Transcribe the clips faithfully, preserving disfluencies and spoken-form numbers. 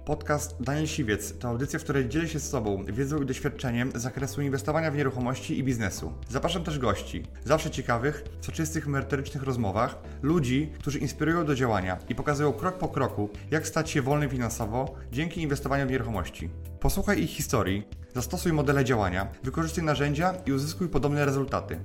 Podcast Daniel Siwiec to audycja, w której dzielę się z Tobą wiedzą i doświadczeniem z zakresu inwestowania w nieruchomości i biznesu. Zapraszam też gości, zawsze ciekawych, w soczystych, merytorycznych rozmowach, ludzi, którzy inspirują do działania i pokazują krok po kroku, jak stać się wolnym finansowo dzięki inwestowaniu w nieruchomości. Posłuchaj ich historii, zastosuj modele działania, wykorzystuj narzędzia i uzyskuj podobne rezultaty.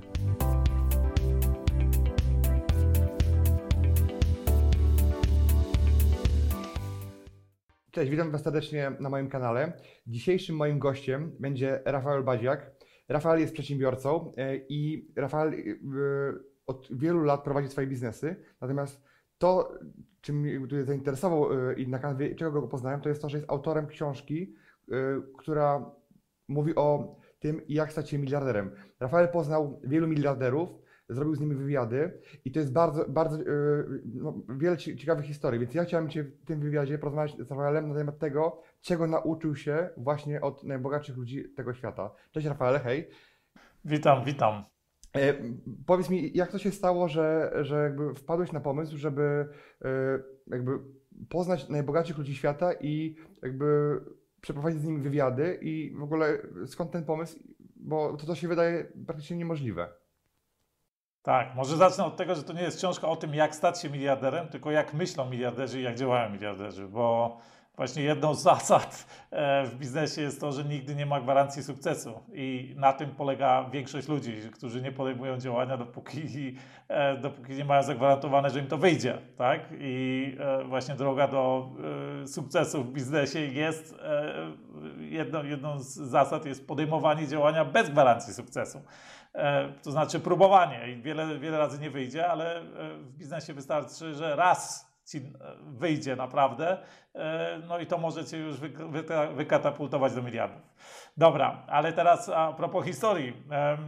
Cześć, witam Was serdecznie na moim kanale. Dzisiejszym moim gościem będzie Rafał Badziak. Rafał jest przedsiębiorcą i Rafał od wielu lat prowadzi swoje biznesy. Natomiast to, czym mnie tutaj zainteresował i na kanwie czego go poznałem, to jest to, że jest autorem książki, która mówi o tym, jak stać się miliarderem. Rafał poznał wielu miliarderów, zrobił z nimi wywiady i to jest bardzo, bardzo yy, no, wiele ciekawych historii, więc ja chciałem Cię w tym wywiadzie porozmawiać z Rafałem na temat tego, czego nauczył się właśnie od najbogatszych ludzi tego świata. Cześć Rafale, hej. Witam, witam. E, powiedz mi, jak to się stało, że, że jakby wpadłeś na pomysł, żeby e, jakby poznać najbogatszych ludzi świata i jakby przeprowadzić z nimi wywiady i w ogóle skąd ten pomysł, bo to, to się wydaje praktycznie niemożliwe. Tak, może zacznę od tego, że to nie jest książka o tym, jak stać się miliarderem, tylko jak myślą miliarderzy i jak działają miliarderzy, bo właśnie jedną z zasad w biznesie jest to, że nigdy nie ma gwarancji sukcesu i na tym polega większość ludzi, którzy nie podejmują działania, dopóki, dopóki nie mają zagwarantowane, że im to wyjdzie, tak? I właśnie droga do sukcesu w biznesie jest, jedną, jedną z zasad jest podejmowanie działania bez gwarancji sukcesu. To znaczy próbowanie i wiele, wiele razy nie wyjdzie, ale w biznesie wystarczy, że raz Ci wyjdzie naprawdę, no i to może Cię już wykatapultować do miliardów. Dobra, ale teraz a propos historii,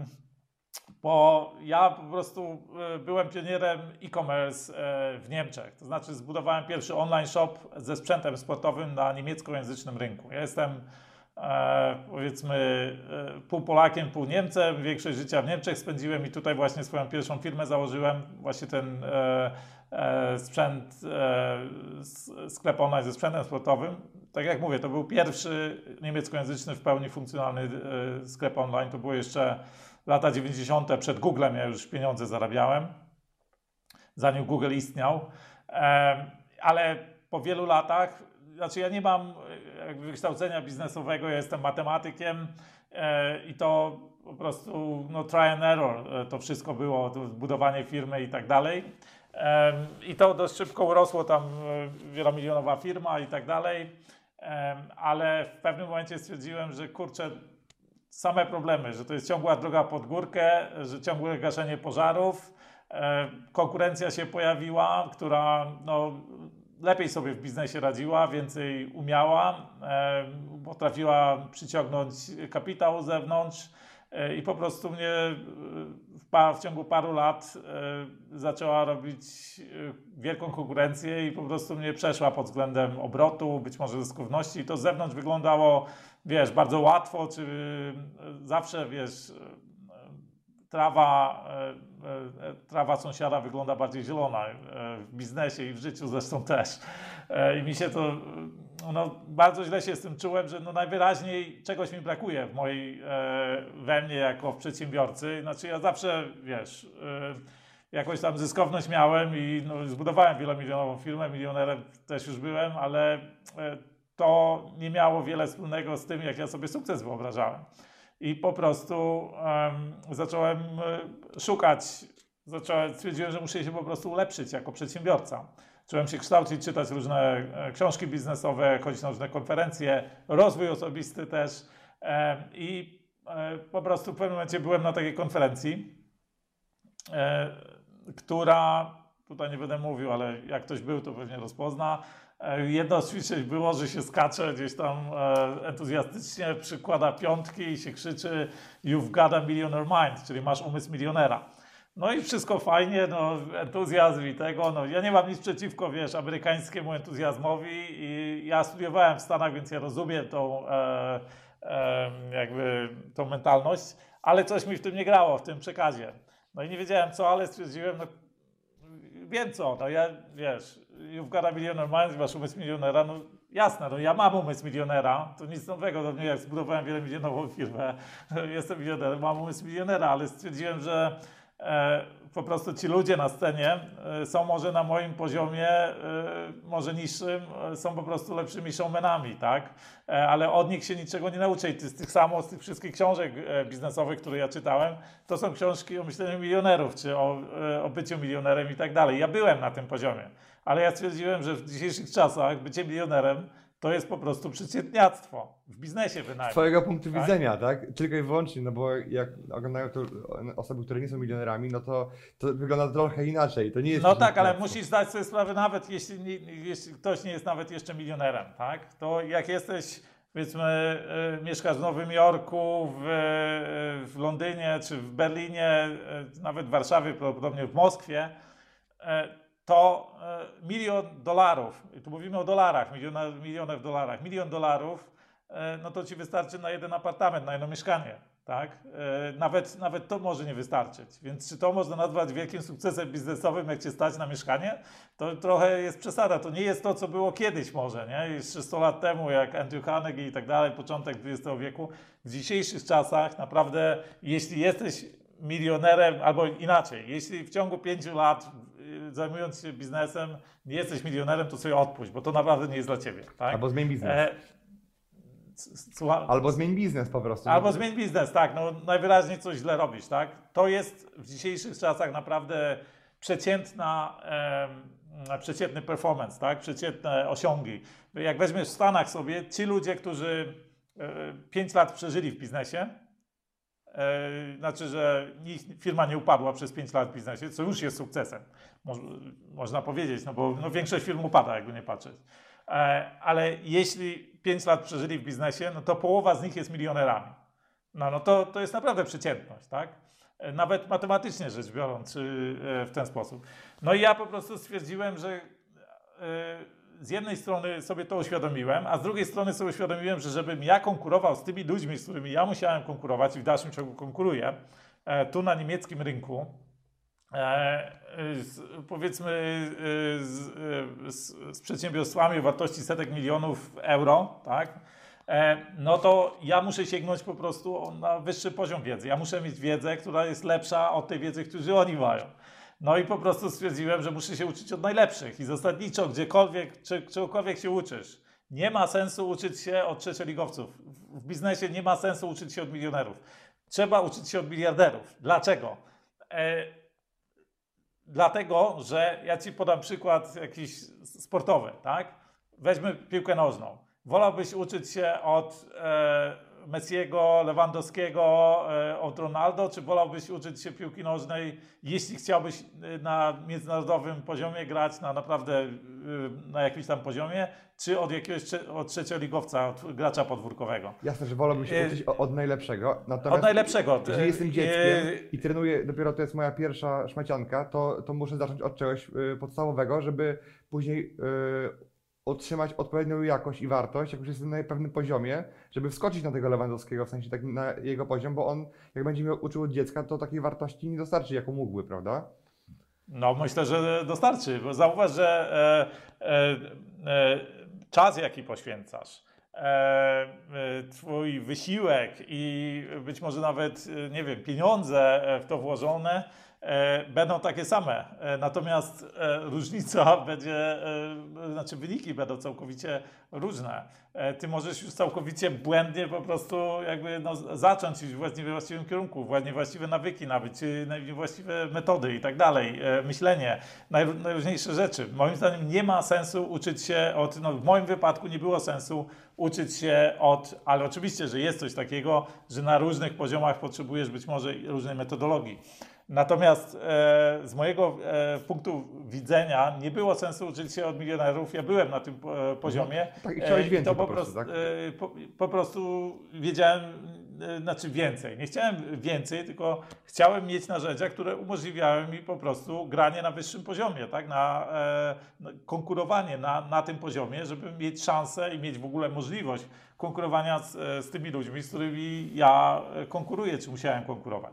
bo ja po prostu byłem pionierem e-commerce w Niemczech, to znaczy zbudowałem pierwszy online shop ze sprzętem sportowym na niemieckojęzycznym rynku. Ja jestem E, powiedzmy e, pół Polakiem, pół Niemcem, większość życia w Niemczech spędziłem i tutaj właśnie swoją pierwszą firmę założyłem, właśnie ten e, e, sprzęt, e, sklep online ze sprzętem sportowym. Tak jak mówię, to był pierwszy niemieckojęzyczny w pełni funkcjonalny e, sklep online, to były jeszcze lata dziewięćdziesiąte, przed Googlem ja już pieniądze zarabiałem, zanim Google istniał, e, ale po wielu latach, znaczy ja nie mam wykształcenia biznesowego, ja jestem matematykiem e, i to po prostu no, try and error, e, to wszystko było, to budowanie firmy i tak dalej. E, I to dość szybko urosło, tam e, wielomilionowa firma i tak dalej, e, ale w pewnym momencie stwierdziłem, że kurczę, same problemy, że to jest ciągła droga pod górkę, że ciągłe gaszenie pożarów, e, konkurencja się pojawiła, która no, lepiej sobie w biznesie radziła, więcej umiała, e, potrafiła przyciągnąć kapitał z zewnątrz e, i po prostu mnie w, pa, w ciągu paru lat e, zaczęła robić e, wielką konkurencję i po prostu mnie przeszła pod względem obrotu, być może zyskowności. I to z zewnątrz wyglądało, wiesz, bardzo łatwo, czy e, zawsze, wiesz, Trawa, e, e, trawa sąsiada wygląda bardziej zielona e, w biznesie i w życiu zresztą też. E, I mi się to, no, bardzo źle się z tym czułem, że no najwyraźniej czegoś mi brakuje w mojej, e, we mnie jako w przedsiębiorcy. Znaczy ja zawsze, wiesz, e, jakąś tam zyskowność miałem i no, zbudowałem wielomilionową firmę, milionerem też już byłem, ale e, to nie miało wiele wspólnego z tym, jak ja sobie sukces wyobrażałem. I po prostu um, zacząłem szukać, zacząłem, stwierdziłem, że muszę się po prostu ulepszyć jako przedsiębiorca. Zacząłem się kształcić, czytać różne książki biznesowe, chodzić na różne konferencje, rozwój osobisty też e, i e, po prostu w pewnym momencie byłem na takiej konferencji, e, która, tutaj nie będę mówił, ale jak ktoś był, to pewnie rozpozna. Jedno z ćwiczeń było, że się skacze gdzieś tam entuzjastycznie, przykłada piątki i się krzyczy "You've got a millionaire mind", czyli masz umysł milionera. No i wszystko fajnie, no entuzjazm i tego, no ja nie mam nic przeciwko, wiesz, amerykańskiemu entuzjazmowi i ja studiowałem w Stanach, więc ja rozumiem tą, e, e, jakby tą mentalność, ale coś mi w tym nie grało, w tym przekazie. No i nie wiedziałem co, ale stwierdziłem, no wiem co, no ja, wiesz, you've got a millionaire mind, masz umysł milionera, no jasne, no ja mam umysł milionera, to nic nowego do mnie, jak zbudowałem wielomilionową firmę, jestem milionerem, mam umysł milionera, ale stwierdziłem, że e, po prostu ci ludzie na scenie e, są może na moim poziomie, e, może niższym, e, są po prostu lepszymi showmanami, tak? E, ale od nich się niczego nie nauczę i z tych samo, z tych wszystkich książek e, biznesowych, które ja czytałem, to są książki o myśleniu milionerów, czy o, e, o byciu milionerem i tak dalej. Ja byłem na tym poziomie. Ale ja stwierdziłem, że w dzisiejszych czasach bycie milionerem to jest po prostu przeciętniactwo. W biznesie Z bynajmniej. twojego punktu tak? widzenia, tak? Tylko i wyłącznie, no bo jak oglądają to osoby, które nie są milionerami, no to, to wygląda trochę inaczej. To nie jest No tak, ale przeciętniactwo. musisz zdać sobie sprawę, nawet jeśli, nie, jeśli ktoś nie jest nawet jeszcze milionerem, tak? To jak jesteś, powiedzmy, y, mieszkasz w Nowym Jorku, w, y, w Londynie, czy w Berlinie, y, nawet w Warszawie, prawdopodobnie w Moskwie, y, to e, milion dolarów, i tu mówimy o dolarach, miliona, milionach w dolarach, milion dolarów, e, no to ci wystarczy na jeden apartament, na jedno mieszkanie, tak? E, nawet, nawet to może nie wystarczyć. Więc czy to można nazwać wielkim sukcesem biznesowym, jak cię stać na mieszkanie? To trochę jest przesada. To nie jest to, co było kiedyś może, nie? Jeszcze sto lat temu, jak Andrew Carnegie i tak dalej, początek dwudziestego wieku. W dzisiejszych czasach naprawdę, jeśli jesteś milionerem, albo inaczej, jeśli w ciągu pięciu lat zajmując się biznesem, nie jesteś milionerem, to sobie odpuść, bo to naprawdę nie jest dla ciebie. Tak? Albo zmień biznes. E, słucha... Albo zmień biznes po prostu. Albo zmień biznes, tak. No, najwyraźniej coś źle robisz, tak? To jest w dzisiejszych czasach naprawdę przeciętna, e, przeciętny performance, tak? Przeciętne osiągi. Jak weźmiesz w Stanach sobie, ci ludzie, którzy pięć lat przeżyli w biznesie, Yy, znaczy, że ich firma nie upadła przez pięć lat w biznesie, co już jest sukcesem, Mo można powiedzieć, no bo no, większość firm upada, jakby nie patrzeć. E, ale jeśli pięć lat przeżyli w biznesie, no to połowa z nich jest milionerami. No, no to, to jest naprawdę przeciętność, tak? E, nawet matematycznie rzecz biorąc, czy e, w ten sposób. No i ja po prostu stwierdziłem, że e, z jednej strony sobie to uświadomiłem, a z drugiej strony sobie uświadomiłem, że żebym ja konkurował z tymi ludźmi, z którymi ja musiałem konkurować i w dalszym ciągu konkuruję, e, tu na niemieckim rynku, e, z, powiedzmy e, z, e, z, z przedsiębiorstwami o wartości setek milionów euro, tak? E, no to ja muszę sięgnąć po prostu na wyższy poziom wiedzy. Ja muszę mieć wiedzę, która jest lepsza od tej wiedzy, którą oni mają. No i po prostu stwierdziłem, że muszę się uczyć od najlepszych i zasadniczo gdziekolwiek, czy, czegokolwiek się uczysz. Nie ma sensu uczyć się od trzecioligowców. W biznesie nie ma sensu uczyć się od milionerów. Trzeba uczyć się od miliarderów. Dlaczego? E, dlatego, że ja ci podam przykład jakiś sportowy, tak? Weźmy piłkę nożną. Wolałbyś uczyć się od e, Messiego, Lewandowskiego, e, od Ronaldo, czy wolałbyś uczyć się piłki nożnej, jeśli chciałbyś na międzynarodowym poziomie grać, na naprawdę e, na jakimś tam poziomie, czy od jakiegoś od trzecioligowca, od gracza podwórkowego? Jasne, że wolałbym się E, uczyć od najlepszego. Natomiast od najlepszego. jeżeli jestem dzieckiem E, i trenuję, dopiero to jest moja pierwsza szmacianka, to, to muszę zacząć od czegoś y, podstawowego, żeby później y, otrzymać odpowiednią jakość i wartość, jak już jestem na pewnym poziomie, żeby wskoczyć na tego Lewandowskiego, w sensie tak na jego poziom, bo on, jak będzie mnie uczył od dziecka, to takiej wartości nie dostarczy, jaką mógłby, prawda? No myślę, że dostarczy, bo zauważ, że e, e, e, czas, jaki poświęcasz, e, e, twój wysiłek i być może nawet, e, nie wiem, pieniądze w to włożone, e, będą takie same. E, natomiast e, różnica będzie, e, znaczy wyniki będą całkowicie różne. E, ty możesz już całkowicie błędnie po prostu jakby no, zacząć iść w niewłaściwym kierunku, w niewłaściwe nawyki nabyć, niewłaściwe metody i tak dalej, e, myślenie, naj, najróżniejsze rzeczy. Moim zdaniem nie ma sensu uczyć się od, no w moim wypadku nie było sensu uczyć się od, ale oczywiście, że jest coś takiego, że na różnych poziomach potrzebujesz być może różnej metodologii. Natomiast e, z mojego e, punktu widzenia nie było sensu uczyć się od milionerów. Ja byłem na tym e, poziomie. Tak, i chciałeś więcej to po, po prostu, tak? E, po, po prostu wiedziałem, e, znaczy więcej. Nie chciałem więcej, tylko chciałem mieć narzędzia, które umożliwiały mi po prostu granie na wyższym poziomie, tak? na, e, na konkurowanie na, na tym poziomie, żeby mieć szansę i mieć w ogóle możliwość konkurowania z, z tymi ludźmi, z którymi ja konkuruję, czy musiałem konkurować.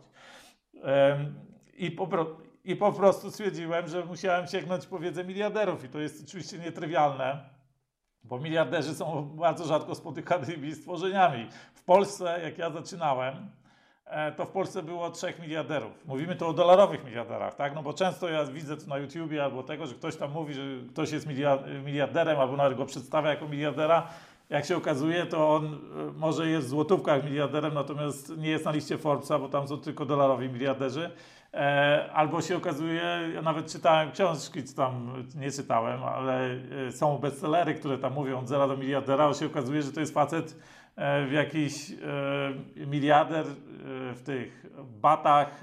I po, I po prostu stwierdziłem, że musiałem sięgnąć po wiedzę miliarderów i to jest oczywiście nietrywialne, bo miliarderzy są bardzo rzadko spotykanymi stworzeniami. W Polsce, jak ja zaczynałem, to w Polsce było trzech miliarderów. Mówimy tu o dolarowych miliarderach, tak? No bo często ja widzę to na YouTubie albo tego, że ktoś tam mówi, że ktoś jest miliarderem albo nawet go przedstawia jako miliardera. Jak się okazuje, to on może jest w złotówkach miliarderem, natomiast nie jest na liście Forbesa, bo tam są tylko dolarowi miliarderzy. Albo się okazuje, ja nawet czytałem książki, czy tam nie czytałem, ale są bestsellery, które tam mówią od zera do miliardera, a się okazuje, że to jest facet w jakiś e, miliarder e, w tych batach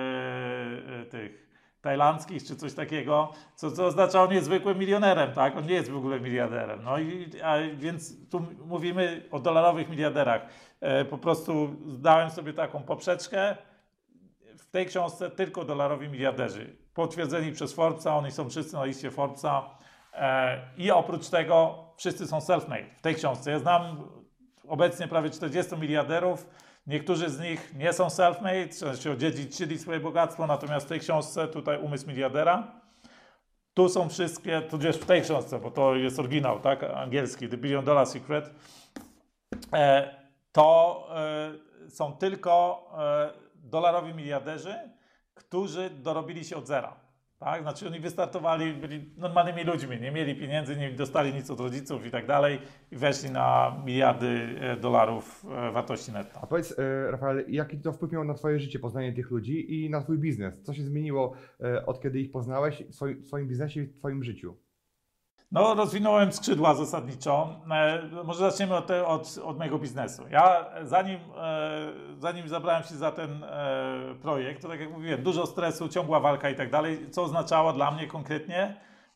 e, tych tajlandzkich czy coś takiego, co, co oznacza, on jest zwykłym milionerem, tak? On nie jest w ogóle miliarderem. No i a, więc tu mówimy o dolarowych miliarderach. E, po prostu zdałem sobie taką poprzeczkę. W tej książce tylko dolarowi miliarderzy. Potwierdzeni przez Forbesa, oni są wszyscy na liście Forbesa e, i oprócz tego wszyscy są self-made. W tej książce ja znam obecnie prawie czterdziestu miliarderów. Niektórzy z nich nie są self-made, czy odziedziczyli swoje bogactwo, natomiast w tej książce tutaj Umysł miliardera. Tu są wszystkie, tudzież w tej książce, bo to jest oryginał, tak, angielski, The Billion Dollar Secret. E, to e, są tylko e, dolarowi miliarderzy, którzy dorobili się od zera. Tak? Znaczy oni wystartowali, byli normalnymi ludźmi, nie mieli pieniędzy, nie dostali nic od rodziców i tak dalej i weszli na miliardy dolarów wartości netto. A powiedz, Rafał, jaki to wpływ miało na twoje życie, poznanie tych ludzi i na twój biznes? Co się zmieniło od kiedy ich poznałeś w swoim, w swoim biznesie i w twoim życiu? No, rozwinąłem skrzydła zasadniczo. E, może zaczniemy od, te, od, od mojego biznesu. Ja zanim, e, zanim zabrałem się za ten e, projekt, to tak jak mówiłem, dużo stresu, ciągła walka i tak dalej, co oznaczało dla mnie konkretnie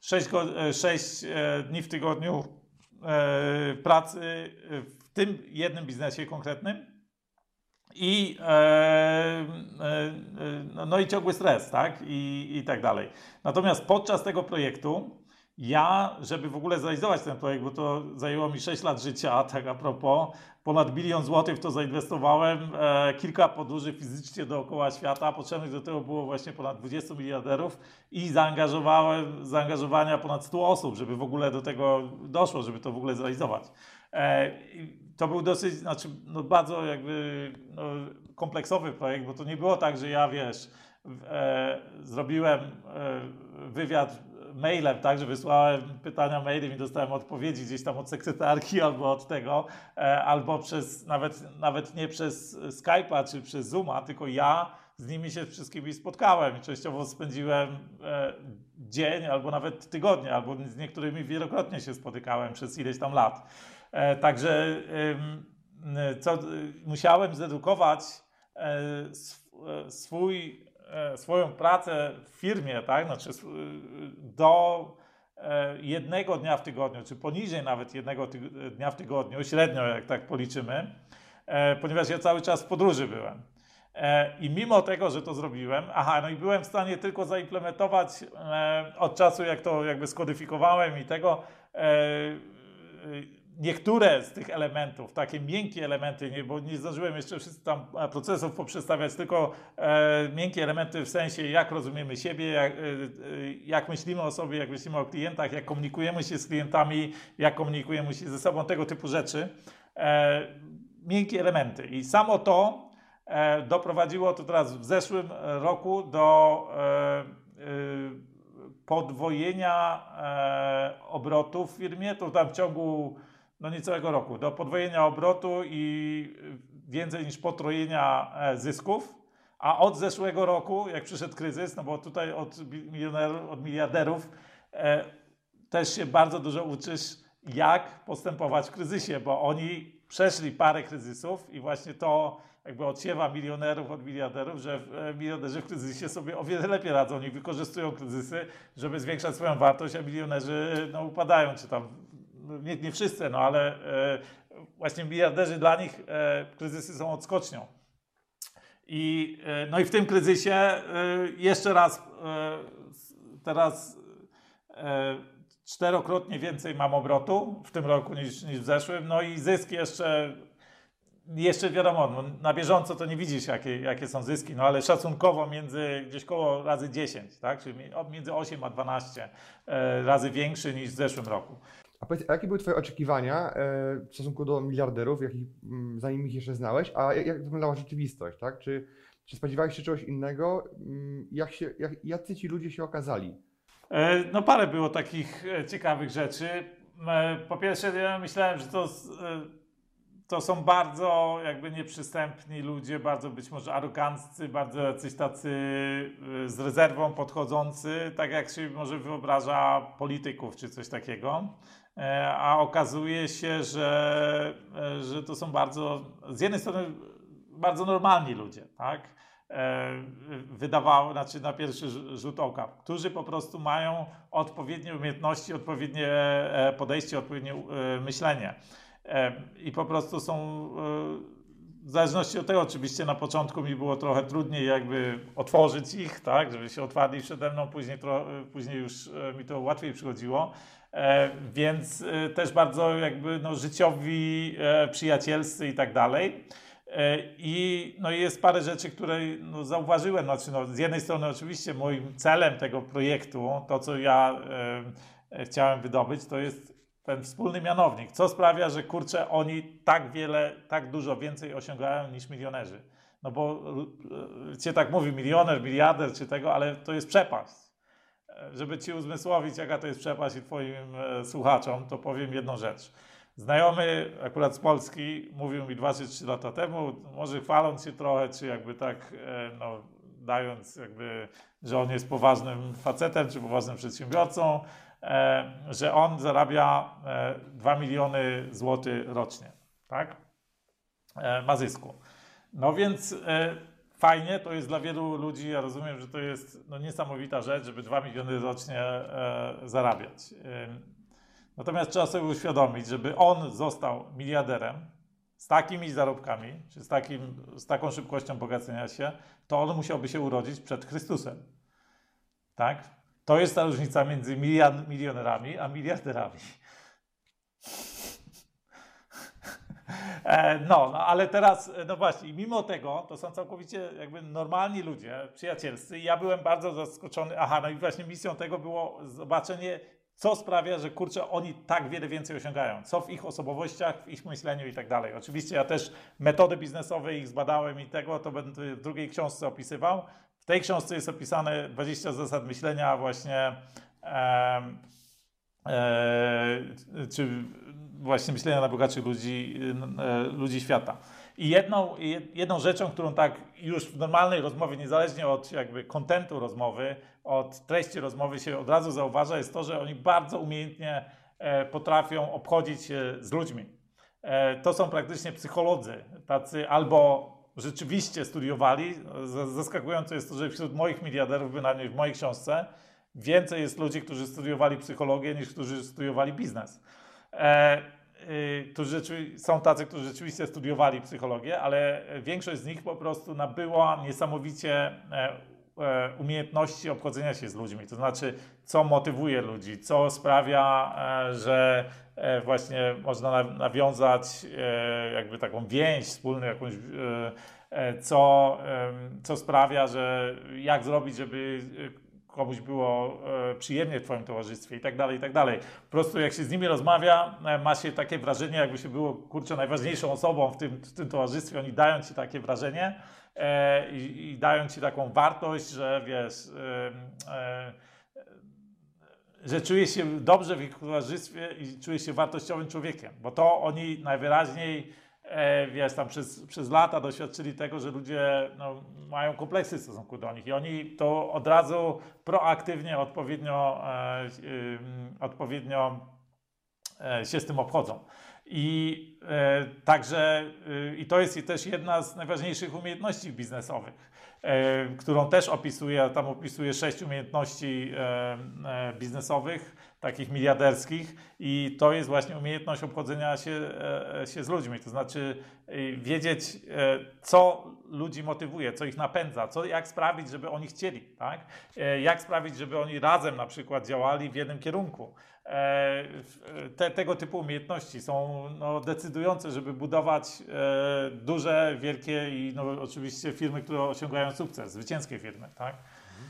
sześć dni w tygodniu e, pracy w tym jednym biznesie konkretnym i, e, e, no, no i ciągły stres, tak? I, i tak dalej. Natomiast podczas tego projektu ja, żeby w ogóle zrealizować ten projekt, bo to zajęło mi sześć lat życia, tak a propos, ponad bilion złotych w to zainwestowałem, e, kilka podróży fizycznie dookoła świata, potrzebnych do tego było właśnie ponad dwudziestu miliarderów i zaangażowałem, zaangażowania ponad stu osób, żeby w ogóle do tego doszło, żeby to w ogóle zrealizować. E, to był dosyć, znaczy no bardzo jakby no, kompleksowy projekt, bo to nie było tak, że ja wiesz, e, zrobiłem e, wywiad mailem, tak, że wysłałem pytania mailem i dostałem odpowiedzi gdzieś tam od sekretarki albo od tego, e, albo przez, nawet, nawet nie przez Skype'a czy przez Zooma, tylko ja z nimi się wszystkimi spotkałem i częściowo spędziłem e, dzień albo nawet tygodnie, albo z niektórymi wielokrotnie się spotykałem przez ileś tam lat. E, także e, co, musiałem zedukować e, sw, swój swoją pracę w firmie, tak, znaczy do jednego dnia w tygodniu, czy poniżej nawet jednego dnia w tygodniu, średnio jak tak policzymy, ponieważ ja cały czas w podróży byłem. I mimo tego, że to zrobiłem, aha, no i byłem w stanie tylko zaimplementować od czasu, jak to jakby skodyfikowałem i tego, niektóre z tych elementów, takie miękkie elementy, nie, bo nie zdążyłem jeszcze wszystkich tam procesów poprzestawiać, tylko e, miękkie elementy w sensie, jak rozumiemy siebie, jak, e, jak myślimy o sobie, jak myślimy o klientach, jak komunikujemy się z klientami, jak komunikujemy się ze sobą, tego typu rzeczy. E, miękkie elementy. I samo to e, doprowadziło to teraz w zeszłym roku do e, e, podwojenia e, obrotu w firmie, to tam w ciągu no niecałego roku, do podwojenia obrotu i więcej niż potrojenia zysków, a od zeszłego roku, jak przyszedł kryzys, no bo tutaj od milionerów, od miliarderów e, też się bardzo dużo uczysz, jak postępować w kryzysie, bo oni przeszli parę kryzysów i właśnie to jakby odsiewa milionerów od miliarderów, że milionerzy w kryzysie sobie o wiele lepiej radzą, oni wykorzystują kryzysy, żeby zwiększać swoją wartość, a milionerzy no, upadają, czy tam Nie, nie wszyscy, no ale e, właśnie miliarderzy, dla nich e, kryzysy są odskocznią. I, e, no i w tym kryzysie e, jeszcze raz e, teraz e, czterokrotnie więcej mam obrotu w tym roku niż, niż w zeszłym. No i zysk jeszcze, jeszcze wiadomo, no, na bieżąco to nie widzisz jakie, jakie są zyski, no ale szacunkowo między gdzieś koło razy dziesięć, tak? Czyli między osiem a dwanaście e, razy większy niż w zeszłym roku. A powiedz, a jakie były Twoje oczekiwania e, w stosunku do miliarderów, jakich, m, zanim ich jeszcze znałeś, a jak, jak wyglądała rzeczywistość, tak? Czy, czy spodziewałeś się czegoś innego? M, Jak się, jak, jacy ci ludzie się okazali? E, No parę było takich e, ciekawych rzeczy. E, Po pierwsze, ja myślałem, że to, s- e, to są bardzo jakby nieprzystępni ludzie, bardzo być może aroganccy, bardzo jacyś tacy e, z rezerwą podchodzący, tak jak się może wyobraża polityków czy coś takiego. E, A okazuje się, że, e, że to są bardzo, z jednej strony bardzo normalni ludzie, tak? E, Wydawało, znaczy na pierwszy rz- rzut oka, którzy po prostu mają odpowiednie umiejętności, odpowiednie e, podejście, odpowiednie e, myślenie. E, I po prostu są, e, w zależności od tego, oczywiście na początku mi było trochę trudniej jakby otworzyć ich, tak, żeby się otwarli przede mną, później, tro, później już e, mi to łatwiej przychodziło. E, Więc e, też bardzo jakby no, życiowi, e, przyjacielscy i tak dalej. E, I no, jest parę rzeczy, które no, zauważyłem. Znaczy, no, z jednej strony oczywiście moim celem tego projektu, to co ja e, e, chciałem wydobyć, to jest ten wspólny mianownik. Co sprawia, że kurczę, oni tak wiele, tak dużo więcej osiągają niż milionerzy. No bo e, cię tak mówi milioner, miliarder czy tego, ale to jest przepaść. E, Żeby ci uzmysłowić, jaka to jest przepaść i twoim e, słuchaczom, to powiem jedną rzecz. Znajomy akurat z Polski mówił mi dwa czy trzy lata temu, może chwaląc się trochę, czy jakby tak e, no, dając jakby, że on jest poważnym facetem, czy poważnym przedsiębiorcą, e, że on zarabia e, dwa miliony złotych rocznie, tak? E, ma zysku. No więc e, fajnie, to jest dla wielu ludzi, ja rozumiem, że to jest no, niesamowita rzecz, żeby dwa miliony rocznie e, zarabiać. E, Natomiast trzeba sobie uświadomić, żeby on został miliarderem z takimi zarobkami, czy z, takim, z taką szybkością bogacenia się, to on musiałby się urodzić przed Chrystusem. Tak? To jest ta różnica między milion, milionerami a miliarderami. E, No, no, ale teraz, e, no właśnie, i mimo tego, to są całkowicie jakby normalni ludzie, przyjacielscy. I ja byłem bardzo zaskoczony. Aha, no i właśnie misją tego było zobaczenie, co sprawia, że kurczę, oni tak wiele więcej osiągają. Co w ich osobowościach, w ich myśleniu i tak dalej. Oczywiście ja też metody biznesowe ich zbadałem i tego, to będę w drugiej książce opisywał. W tej książce jest opisane dwadzieścia zasad myślenia właśnie, em, e, czy właśnie myślenia najbogatszych ludzi, e, ludzi świata. I jedną, jedną rzeczą, którą tak już w normalnej rozmowie, niezależnie od jakby kontentu rozmowy, od treści rozmowy się od razu zauważa, jest to, że oni bardzo umiejętnie e, potrafią obchodzić się z ludźmi. E, to są praktycznie psycholodzy, tacy albo rzeczywiście studiowali. Z- Zaskakujące jest to, że wśród moich miliarderów, bynajmniej w mojej książce, więcej jest ludzi, którzy studiowali psychologię, niż którzy studiowali biznes. E, y, którzy rzeczywi- są tacy, którzy rzeczywiście studiowali psychologię, ale większość z nich po prostu nabyła niesamowicie e, e, umiejętności obchodzenia się z ludźmi. To znaczy, co motywuje ludzi, co sprawia, e, że e, właśnie można na- nawiązać e, jakby taką więź wspólną, jakąś, e, e, co, em, co sprawia, że jak zrobić, żeby e, komuś było e, przyjemnie w twoim towarzystwie i tak dalej, i tak dalej. Po prostu jak się z nimi rozmawia, e, ma się takie wrażenie, jakby się było, kurczę, najważniejszą osobą w tym, w tym towarzystwie. Oni dają ci takie wrażenie e, i, i dają ci taką wartość, że wiesz, e, e, że czujesz się dobrze w ich towarzystwie i czujesz się wartościowym człowiekiem, bo to oni najwyraźniej e, wiesz, tam przez, przez lata doświadczyli tego, że ludzie no, mają kompleksy w stosunku do nich i oni to od razu proaktywnie, odpowiednio, e, y, odpowiednio e, się z tym obchodzą. I e, także y, i to jest też jedna z najważniejszych umiejętności biznesowych, e, którą też opisuję. Tam opisuję sześć umiejętności e, e, biznesowych, takich miliarderskich, i to jest właśnie umiejętność obchodzenia się, e, się z ludźmi. To znaczy e, wiedzieć, e, co ludzi motywuje, co ich napędza, co, jak sprawić, żeby oni chcieli, tak? E, jak sprawić, żeby oni razem na przykład działali w jednym kierunku. E, te, tego typu umiejętności są no, decydujące, żeby budować e, duże, wielkie i no, oczywiście firmy, które osiągają sukces, zwycięskie firmy, tak?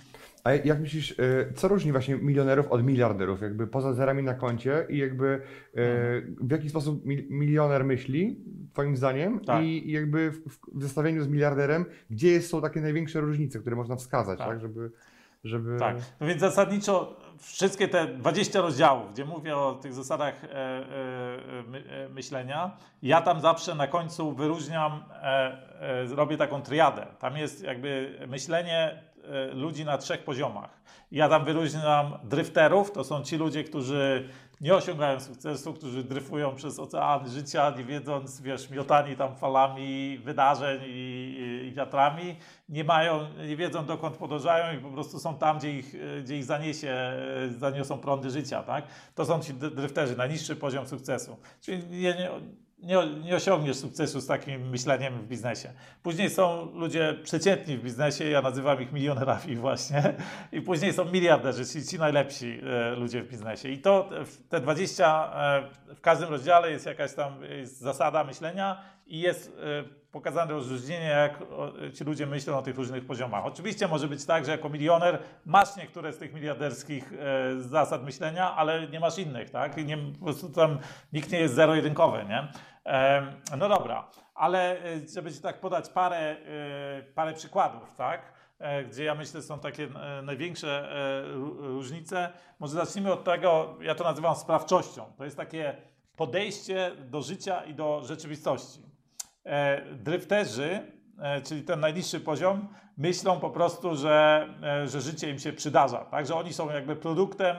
A jak myślisz, y, co różni właśnie milionerów od miliarderów, jakby poza zerami na koncie i jakby y, w jaki sposób mi- milioner myśli, twoim zdaniem, Tak. i i jakby w, w zestawieniu z miliarderem, gdzie jest, są takie największe różnice, które można wskazać, Tak. tak, żeby, żeby... Tak, no więc zasadniczo wszystkie te dwadzieścia rozdziałów, gdzie mówię o tych zasadach e, e, my, e, myślenia, ja tam zawsze na końcu wyróżniam, e, e, robię taką triadę. Tam jest jakby myślenie e, ludzi na trzech poziomach. Ja tam wyróżniam drifterów, to są ci ludzie, którzy nie osiągają sukcesu, którzy dryfują przez ocean życia, nie wiedząc, wiesz, miotani tam falami wydarzeń i, i, i wiatrami, nie mają, nie wiedzą dokąd podążają i po prostu są tam, gdzie ich, gdzie ich zaniesie, zaniosą prądy życia, tak? To są ci drifterzy, najniższy poziom sukcesu. Czyli nie, nie, nie, nie osiągniesz sukcesu z takim myśleniem w biznesie. Później są ludzie przeciętni w biznesie, ja nazywam ich milionerami właśnie. I później są miliarderzy, czyli ci najlepsi e, ludzie w biznesie. I to te dwadzieścia, e, w każdym rozdziale jest jakaś tam jest zasada myślenia i jest e, pokazane rozróżnienie, jak o, ci ludzie myślą o tych różnych poziomach. Oczywiście może być tak, że jako milioner masz niektóre z tych miliarderskich e, zasad myślenia, ale nie masz innych, tak? I nie, po prostu tam nikt nie jest zero-jedynkowy, nie? E, no dobra, ale e, żeby ci tak podać parę, e, parę przykładów, tak? E, gdzie ja myślę, są takie e, największe e, różnice. Może zacznijmy od tego, ja to nazywam sprawczością. To jest takie podejście do życia i do rzeczywistości. E, drifterzy, e, czyli ten najniższy poziom, myślą po prostu, że, e, że życie im się przydarza. Tak? Że oni są jakby produktem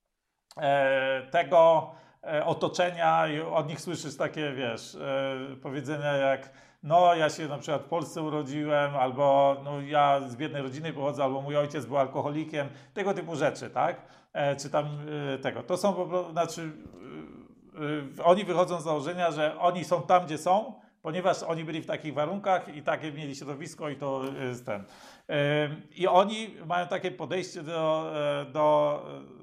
e, tego e, otoczenia i od nich słyszysz takie, wiesz, e, powiedzenia jak no ja się na przykład w Polsce urodziłem, albo no, ja z biednej rodziny pochodzę, albo mój ojciec był alkoholikiem, tego typu rzeczy, tak? E, czy tam e, tego. To są po prostu, znaczy e, e, oni wychodzą z założenia, że oni są tam, gdzie są, ponieważ oni byli w takich warunkach i takie mieli środowisko i to jest ten. I oni mają takie podejście do, do,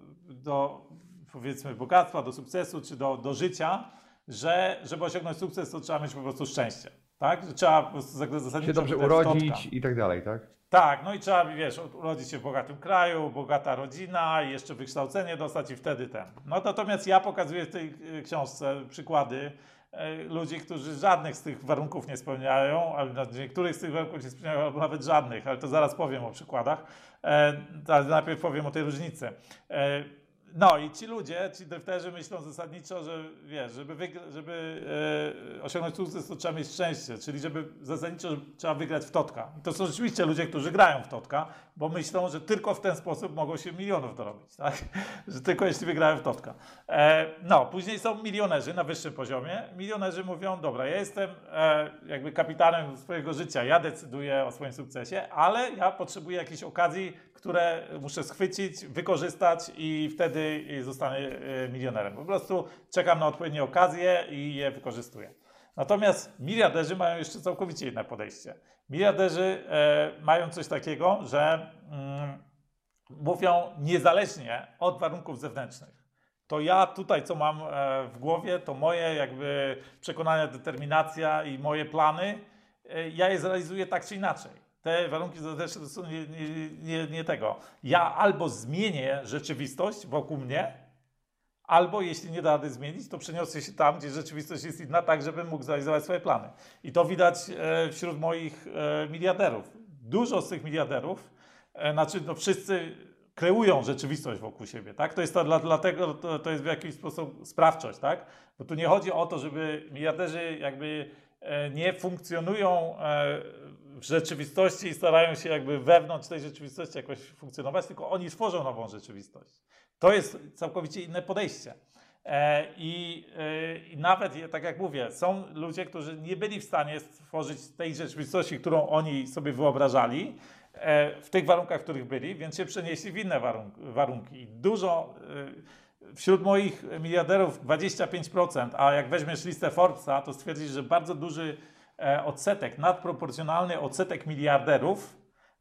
do powiedzmy bogactwa, do sukcesu czy do, do życia, że żeby osiągnąć sukces, to trzeba mieć po prostu szczęście. Tak? Że trzeba po prostu zasadniczo się dobrze urodzić i tak dalej, tak? Tak, no i trzeba, wiesz, urodzić się w bogatym kraju, bogata rodzina i jeszcze wykształcenie dostać i wtedy ten. No natomiast ja pokazuję w tej książce przykłady ludzi, którzy żadnych z tych warunków nie spełniają, albo niektórych z tych warunków nie spełniają, albo nawet żadnych, ale to zaraz powiem o przykładach. E, ale najpierw powiem o tej różnicy. E, no i ci ludzie, ci drifterzy myślą zasadniczo, że wiesz, żeby, wygra- żeby e, osiągnąć sukces, to trzeba mieć szczęście, czyli żeby zasadniczo trzeba wygrać w totka. I to są rzeczywiście ludzie, którzy grają w totka, bo myślą, że tylko w ten sposób mogą się milionów dorobić, tak? Że tylko jeśli wygrają w totka. E, no, później są milionerzy na wyższym poziomie. Milionerzy mówią, dobra, ja jestem e, jakby kapitanem swojego życia, ja decyduję o swoim sukcesie, ale ja potrzebuję jakiejś okazji, które muszę schwycić, wykorzystać i wtedy zostanę e, milionerem. Po prostu czekam na odpowiednie okazje i je wykorzystuję. Natomiast miliarderzy mają jeszcze całkowicie inne podejście. Miliarderzy e, mają coś takiego, że mm, mówią niezależnie od warunków zewnętrznych. To ja tutaj, co mam e, w głowie, to moje jakby przekonania, determinacja i moje plany, e, ja je zrealizuję tak czy inaczej. Te warunki zewnętrzne to są nie, nie, nie, nie tego. Ja albo zmienię rzeczywistość wokół mnie, albo jeśli nie da rady zmienić, to przeniosę się tam, gdzie rzeczywistość jest inna, tak żebym mógł zrealizować swoje plany. I to widać e, wśród moich e, miliarderów. Dużo z tych miliarderów, e, znaczy no wszyscy kreują rzeczywistość wokół siebie, tak? To jest to, dla, dlatego to, to jest w jakiś sposób sprawczość, tak? Bo tu nie chodzi o to, żeby miliarderzy jakby e, nie funkcjonują e, w rzeczywistości i starają się jakby wewnątrz tej rzeczywistości jakoś funkcjonować, tylko oni tworzą nową rzeczywistość. To jest całkowicie inne podejście. E, i, e, I nawet, tak jak mówię, są ludzie, którzy nie byli w stanie stworzyć tej rzeczywistości, którą oni sobie wyobrażali, e, w tych warunkach, w których byli, więc się przenieśli w inne warunk warunki. Dużo, e, wśród moich miliarderów dwadzieścia pięć procent, a jak weźmiesz listę Forbesa, to stwierdzisz, że bardzo duży e, odsetek, nadproporcjonalny odsetek miliarderów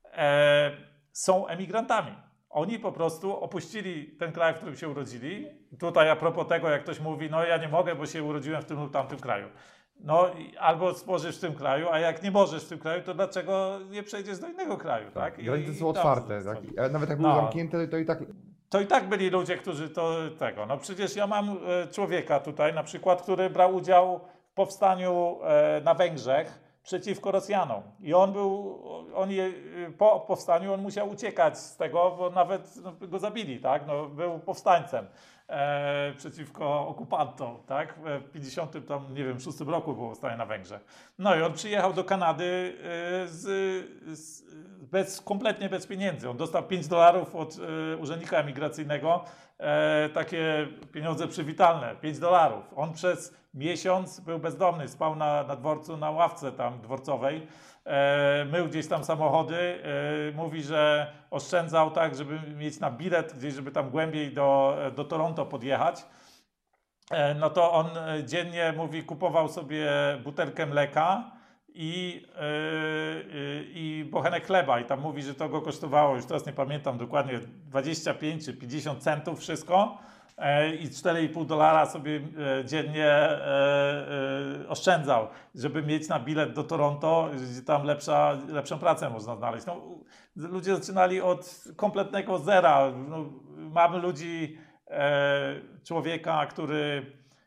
e, są emigrantami. Oni po prostu opuścili ten kraj, w którym się urodzili. Tutaj a propos tego, jak ktoś mówi, no ja nie mogę, bo się urodziłem w tym lub tamtym kraju. No i albo stworzysz w tym kraju, a jak nie możesz w tym kraju, to dlaczego nie przejdziesz do innego kraju, tak? I, Granice są i tam otwarte, tak? A nawet jak były No. zamknięte, to i tak... To i tak byli ludzie, którzy to tego. No przecież ja mam e, człowieka tutaj na przykład, który brał udział w powstaniu e, na Węgrzech przeciwko Rosjanom. I on był, on je, po powstaniu on musiał uciekać z tego, bo nawet no, go zabili, tak? No, był powstańcem e, przeciwko okupantom, tak? W pięćdziesiątym tam, nie wiem, szóstym roku było powstanie na Węgrzech. No i on przyjechał do Kanady e, z, z, bez, kompletnie bez pieniędzy. On dostał pięć dolarów od e, urzędnika emigracyjnego, e, takie pieniądze przywitalne, pięć dolarów. On przez miesiąc był bezdomny, spał na, na dworcu, na ławce tam dworcowej, e, mył gdzieś tam samochody, e, mówi, że oszczędzał tak, żeby mieć na bilet gdzieś, żeby tam głębiej do, do Toronto podjechać. E, no to on dziennie, mówi, kupował sobie butelkę mleka i, yy, i bochenek chleba i tam mówi, że to go kosztowało, już teraz nie pamiętam dokładnie, dwadzieścia pięć czy pięćdziesiąt centów wszystko. I cztery i pół dolara sobie dziennie oszczędzał, żeby mieć na bilet do Toronto, gdzie tam lepsza, lepszą pracę można znaleźć. No, ludzie zaczynali od kompletnego zera. No, mamy ludzi, człowieka, który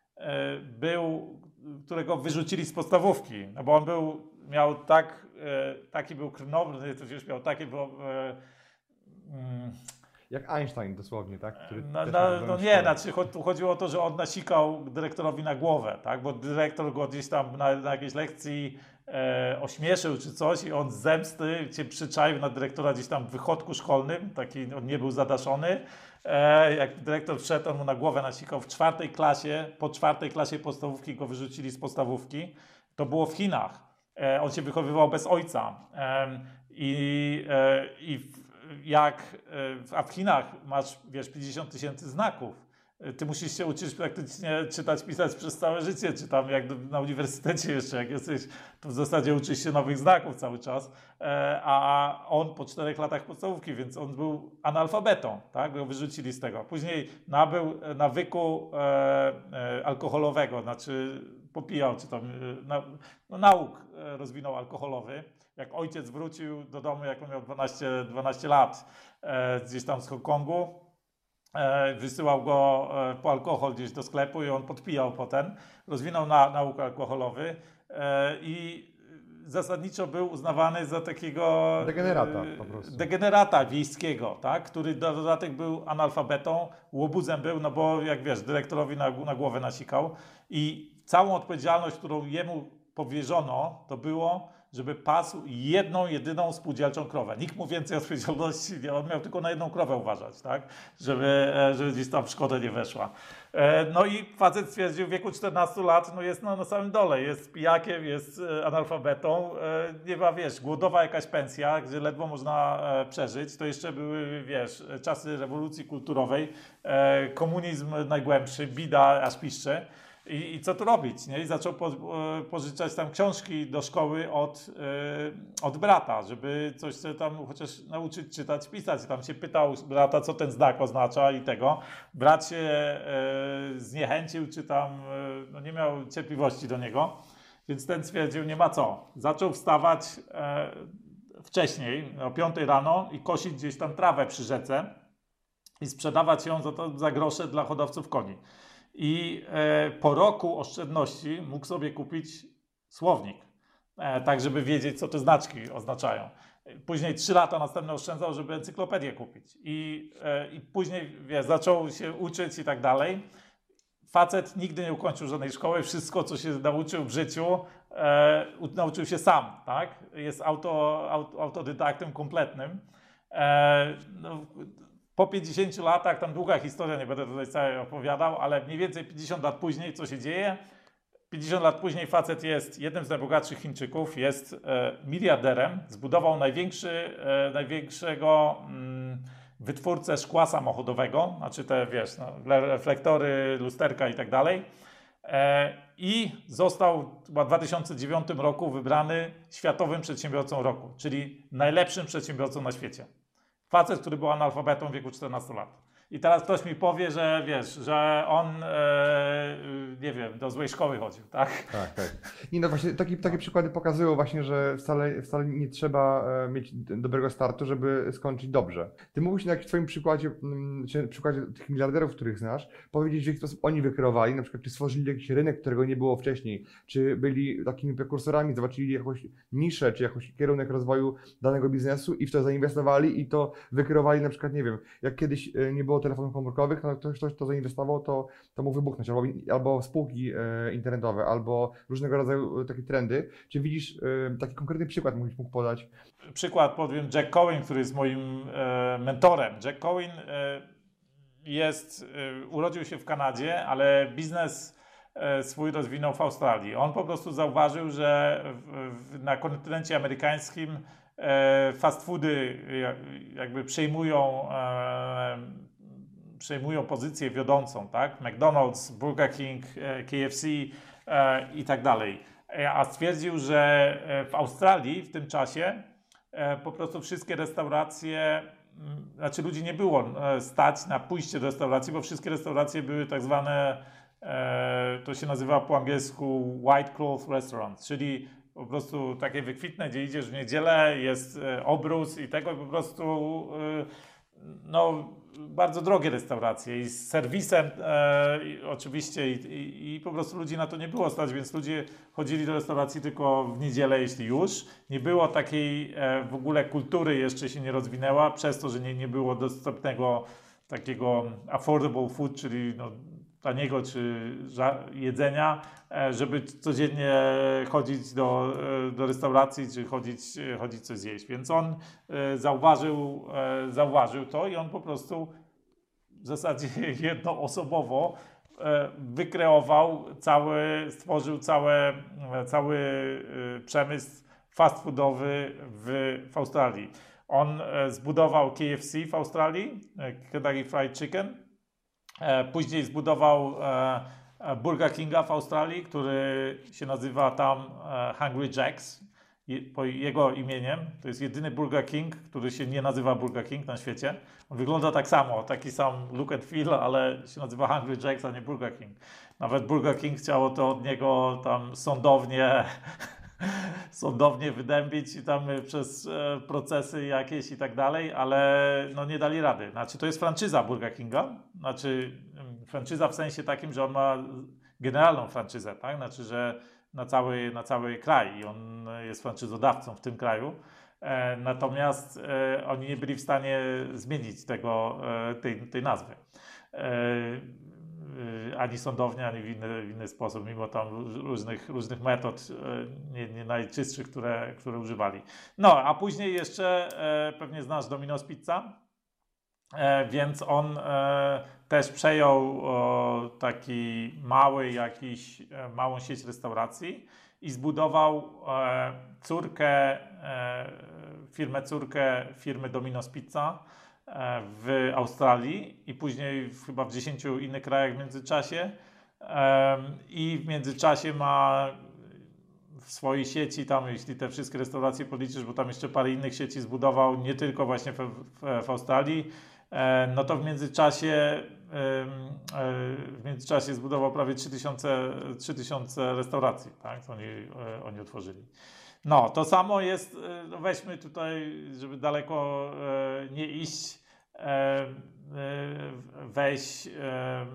był, którego wyrzucili z podstawówki, no bo on był, miał tak, taki był krnąbrny, to już miał takie, bo mm, jak Einstein dosłownie, tak? Który no, no, no nie, znaczy tu chodziło o to, że on nasikał dyrektorowi na głowę, tak? Bo dyrektor go gdzieś tam na, na jakiejś lekcji e, ośmieszył czy coś i on z zemsty cię przyczaił na dyrektora gdzieś tam w wychodku szkolnym, taki on nie był zadaszony. E, jak dyrektor wszedł, on mu na głowę nasikał w czwartej klasie, po czwartej klasie podstawówki go wyrzucili z podstawówki. To było w Chinach. E, on się wychowywał bez ojca. E, i, e, i jak, a w Chinach masz, wiesz, pięćdziesiąt tysięcy znaków. Ty musisz się uczyć praktycznie czytać, pisać przez całe życie, czy tam jak na uniwersytecie jeszcze, jak jesteś, to w zasadzie uczysz się nowych znaków cały czas, a on po czterech latach podstawówki, więc on był analfabetą, tak, go wyrzucili z tego. Później nabył nawyku alkoholowego, znaczy popijał, czy tam na, no, nauk rozwinął alkoholowy. Jak ojciec wrócił do domu, jak on miał dwanaście, dwanaście lat, e, gdzieś tam z Hongkongu, e, wysyłał go e, po alkohol gdzieś do sklepu i on podpijał potem. Rozwinął na, nauk alkoholowy e, i zasadniczo był uznawany za takiego degenerata po prostu. Degenerata wiejskiego, tak? Który do dodatek był analfabetą, łobuzem był, no bo jak wiesz, dyrektorowi na, na głowę nasikał i całą odpowiedzialność, którą jemu powierzono, to było, żeby pasł jedną, jedyną spółdzielczą krowę. Nikt mu więcej odpowiedzialności nie, on miał tylko na jedną krowę uważać, tak? Żeby, żeby gdzieś tam w szkodę nie weszła. No i facet stwierdził w wieku czternastu lat, no jest na, na samym dole, jest pijakiem, jest analfabetą, nie ma, wiesz, głodowa jakaś pensja, gdzie ledwo można przeżyć. To jeszcze były, wiesz, czasy rewolucji kulturowej, komunizm najgłębszy, bida aż piszczy. I, I co tu robić? Nie? I zaczął po, pożyczać tam książki do szkoły od, yy, od brata, żeby coś sobie tam chociaż nauczyć czytać, pisać. Tam się pytał brata, co ten znak oznacza i tego. Brat się yy, zniechęcił, czy tam yy, no nie miał cierpliwości do niego, więc ten stwierdził, nie ma co. Zaczął wstawać yy, wcześniej, o piątej rano i kosić gdzieś tam trawę przy rzece i sprzedawać ją za, to, za grosze dla hodowców koni. I e, po roku oszczędności mógł sobie kupić słownik, e, tak żeby wiedzieć, co te znaczki oznaczają. Później trzy lata następne oszczędzał, żeby encyklopedię kupić. I, e, i później wiesz, zaczął się uczyć i tak dalej. Facet nigdy nie ukończył żadnej szkoły. Wszystko, co się nauczył w życiu, e, nauczył się sam. Tak? Jest auto, auto, autodydaktem kompletnym. E, no, Po pięćdziesięciu latach, tam długa historia, nie będę tutaj całej opowiadał, ale mniej więcej pięćdziesiąt lat później, co się dzieje? pięćdziesiąt lat później facet jest jednym z najbogatszych Chińczyków, jest e, miliarderem, zbudował największy, e, największego mm, wytwórcę szkła samochodowego, znaczy te, wiesz, no, reflektory, lusterka i tak dalej. E, I został chyba w dwa tysiące dziewiątym roku wybrany światowym przedsiębiorcą roku, czyli najlepszym przedsiębiorcą na świecie. Facet, który był analfabetą w wieku czternastu lat. I teraz ktoś mi powie, że wiesz, że on, e, nie wiem, do złej szkoły chodził, tak? Tak, tak. I no właśnie takie, takie przykłady pokazują właśnie, że wcale, wcale nie trzeba e, mieć d- dobrego startu, żeby skończyć dobrze. Ty mógłbyś na jakimś twoim przykładzie, mm, czy przykładzie tych miliarderów, których znasz, powiedzieć, w jaki sposób oni wykreowali, na przykład czy stworzyli jakiś rynek, którego nie było wcześniej, czy byli takimi prekursorami, zobaczyli jakąś niszę, czy jakiś kierunek rozwoju danego biznesu i w to zainwestowali i to wykreowali na przykład, nie wiem, jak kiedyś e, nie było telefonów komórkowych, no ktoś, ktoś to zainwestował, to, to mógł wybuchnąć, albo, albo spółki e, internetowe, albo różnego rodzaju takie trendy. Czy widzisz e, taki konkretny przykład, mógłbyś mógł podać? Przykład powiem Jack Cohen, który jest moim e, mentorem. Jack Cohen e, jest, e, urodził się w Kanadzie, ale biznes e, swój rozwinął w Australii. On po prostu zauważył, że w, w, na kontynencie amerykańskim e, fast foody jakby przejmują e, przejmują pozycję wiodącą, tak? McDonald's, Burger King, K F C e, i tak dalej. A stwierdził, że w Australii w tym czasie e, po prostu wszystkie restauracje, m, znaczy ludzi nie było e, stać na pójście do restauracji, bo wszystkie restauracje były tak zwane, e, to się nazywa po angielsku white cloth restaurants, czyli po prostu takie wykwitne, gdzie idziesz w niedzielę, jest e, obrus i tego po prostu e, no, bardzo drogie restauracje i z serwisem e, i oczywiście i, i, i po prostu ludzi na to nie było stać, więc ludzie chodzili do restauracji tylko w niedzielę, jeśli już. Nie było takiej e, w ogóle kultury, jeszcze się nie rozwinęła, przez to, że nie, nie było dostępnego takiego affordable food, czyli no, taniego czy jedzenia, żeby codziennie chodzić do, do restauracji czy chodzić, chodzić coś zjeść. Więc on zauważył, zauważył to i on po prostu w zasadzie jednoosobowo wykreował cały, stworzył całe, cały przemysł fast foodowy w, w Australii. On zbudował K F C w Australii, Kentucky Fried Chicken. Później zbudował Burger Kinga w Australii, który się nazywa tam Hungry Jack's, po jego imieniem. To jest jedyny Burger King, który się nie nazywa Burger King na świecie. On wygląda tak samo, taki sam look and feel, ale się nazywa Hungry Jack's, a nie Burger King. Nawet Burger King chciało to od niego tam sądownie sądownie wydębić i tam przez e, procesy jakieś i tak dalej, ale no nie dali rady. Znaczy to jest franczyza Burger Kinga, znaczy franczyza w sensie takim, że on ma generalną franczyzę, tak? Znaczy, że na cały, na cały kraj i on jest franczyzodawcą w tym kraju. E, natomiast e, oni nie byli w stanie zmienić tego, e, tej, tej nazwy. E, ani sądownie, ani w inny, w inny sposób, mimo tam różnych, różnych metod nie, nie najczystszych, które, które używali. No, a później jeszcze e, pewnie znasz Domino's Pizza, e, więc on e, też przejął o, taki mały, jakiś, e, małą sieć restauracji i zbudował e, córkę, e, firmę córkę firmy Domino's Pizza w Australii i później w, chyba w dziesięciu innych krajach w międzyczasie i w międzyczasie ma w swojej sieci tam, jeśli te wszystkie restauracje policzysz, bo tam jeszcze parę innych sieci zbudował, nie tylko właśnie w, w, w Australii, no to w międzyczasie w międzyczasie zbudował prawie trzy tysiące restauracji, tak, co oni, oni otworzyli. No, to samo jest, no weźmy tutaj, żeby daleko e, nie iść, e, e, weź e,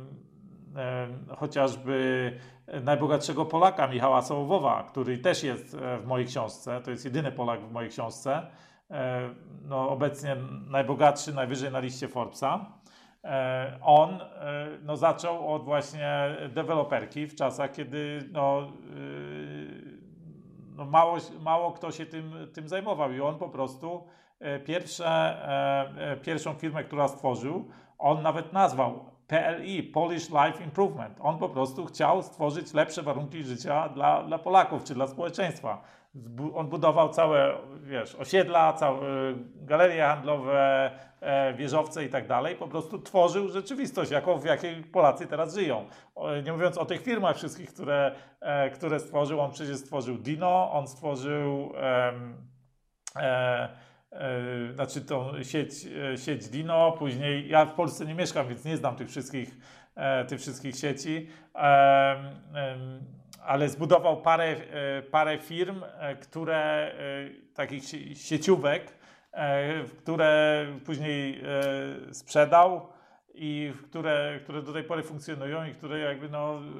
e, chociażby najbogatszego Polaka, Michała Sołowowa, który też jest w mojej książce, to jest jedyny Polak w mojej książce, e, no, obecnie najbogatszy, najwyżej na liście Forbesa. E, on e, no, zaczął od właśnie deweloperki w czasach, kiedy no, e, No mało, mało kto się tym, tym zajmował i on po prostu e, pierwsze, e, pierwszą firmę, która stworzył, on nawet nazwał P L I, Polish Life Improvement. On po prostu chciał stworzyć lepsze warunki życia dla, dla Polaków czy dla społeczeństwa. Zbu- on budował całe, wiesz, osiedla, całe galerie handlowe, e, wieżowce i tak dalej. Po prostu tworzył rzeczywistość, jaką, w jakiej Polacy teraz żyją. O, nie mówiąc o tych firmach wszystkich, które, e, które stworzył. On przecież stworzył Dino, on stworzył e, e, e, znaczy tą sieć, e, sieć Dino, później ja w Polsce nie mieszkam, więc nie znam tych wszystkich, e, tych wszystkich sieci, e, e, ale zbudował parę, e, parę firm, e, które, e, takich sie- sieciówek, e, które później e, sprzedał i które, które do tej pory funkcjonują i które jakby no, e,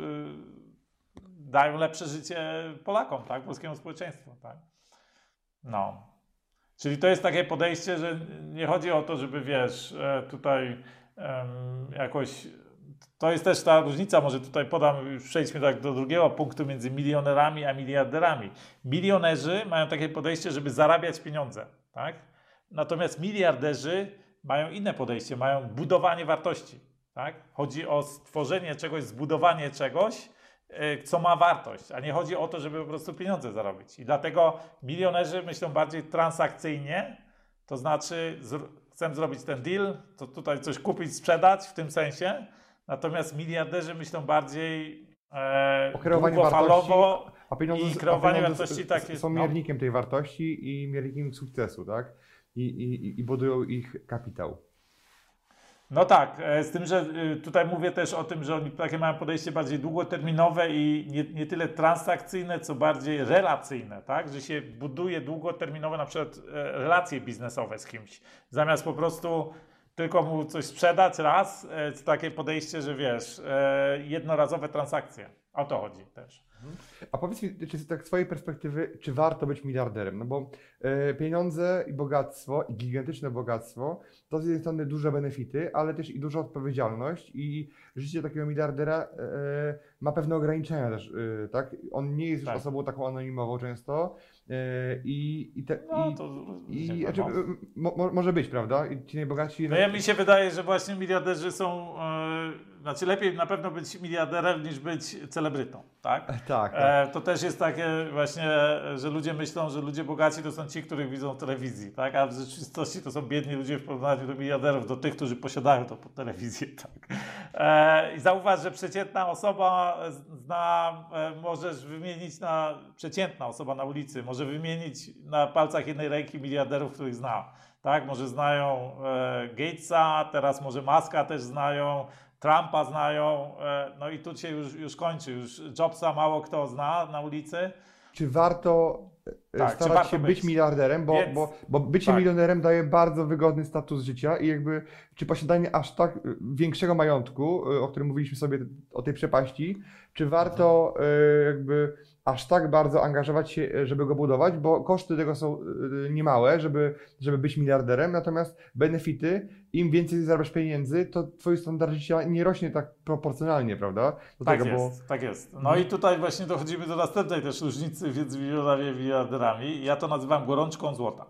dają lepsze życie Polakom, tak, polskiemu społeczeństwu, tak. No. Czyli to jest takie podejście, że nie chodzi o to, żeby wiesz, e, tutaj em, jakoś. To jest też ta różnica, może tutaj podam, już przejdźmy tak do drugiego punktu między milionerami a miliarderami. Milionerzy mają takie podejście, żeby zarabiać pieniądze, tak? Natomiast miliarderzy mają inne podejście, mają budowanie wartości, tak? Chodzi o stworzenie czegoś, zbudowanie czegoś, y, co ma wartość, a nie chodzi o to, żeby po prostu pieniądze zarobić. I dlatego milionerzy myślą bardziej transakcyjnie, to znaczy zr- chcę zrobić ten deal, to tutaj coś kupić, sprzedać w tym sensie. Natomiast miliarderzy myślą bardziej e, O kreowaniu długofalowo A pieniądze, i kreowanie a pieniądze wartości s- takie. są No. miernikiem tej wartości i miernikiem sukcesu, tak? I, i, i budują ich kapitał. No tak, e, z tym, że y, tutaj mówię też o tym, że oni takie mają podejście bardziej długoterminowe i nie, nie tyle transakcyjne, co bardziej relacyjne, tak? Że się buduje długoterminowe na przykład e, relacje biznesowe z kimś, zamiast po prostu tylko mu coś sprzedać raz, e, to takie podejście, że wiesz, e, jednorazowe transakcje. O to chodzi też. A powiedz mi, czy z tak swojej perspektywy, czy warto być miliarderem? No bo e, pieniądze i bogactwo, i gigantyczne bogactwo, to z jednej strony duże benefity, ale też i duża odpowiedzialność i życie takiego miliardera e, ma pewne ograniczenia też, e, tak? On nie jest już Tak. osobą taką anonimową często e, i, i, te, No i, to i nie znaczy, wiem, no. mo, mo, może być, prawda? I ci najbogatsi... No ja mi się wydaje, że właśnie miliarderzy są, e, znaczy lepiej na pewno być miliarderem niż być celebrytą, tak? Tak, tak. E, to też jest takie właśnie, że ludzie myślą, że ludzie bogaci to są ci, których widzą w telewizji, tak? A w rzeczywistości to są biedni ludzie w porównaniu do miliarderów, do tych, którzy posiadają tą telewizję, tak? E, I zauważ, że przeciętna osoba zna, e, możesz wymienić na, przeciętna osoba na ulicy może wymienić na palcach jednej ręki miliarderów, których zna. Tak, może znają e, Gatesa, teraz może Muska też znają, Trumpa znają, e, no i tu się już, już kończy, już Jobsa mało kto zna na ulicy. Czy warto e, Tak, czy starać warto się być? być miliarderem, bo, Więc- bo, bo bycie tak. milionerem daje bardzo wygodny status życia i jakby czy posiadanie aż tak e, większego majątku, e, o którym mówiliśmy sobie, o tej przepaści, czy warto e, jakby aż tak bardzo angażować się, e, żeby go budować, bo koszty tego są e, niemałe, żeby, żeby być miliarderem, natomiast benefity, im więcej zarabiasz pieniędzy, to twój standard życia nie rośnie tak proporcjonalnie, prawda? Do Tak tego, jest, tak jest. No i tutaj właśnie dochodzimy do następnej też różnicy między milionami a miliarderami. Ja to nazywam gorączką złota.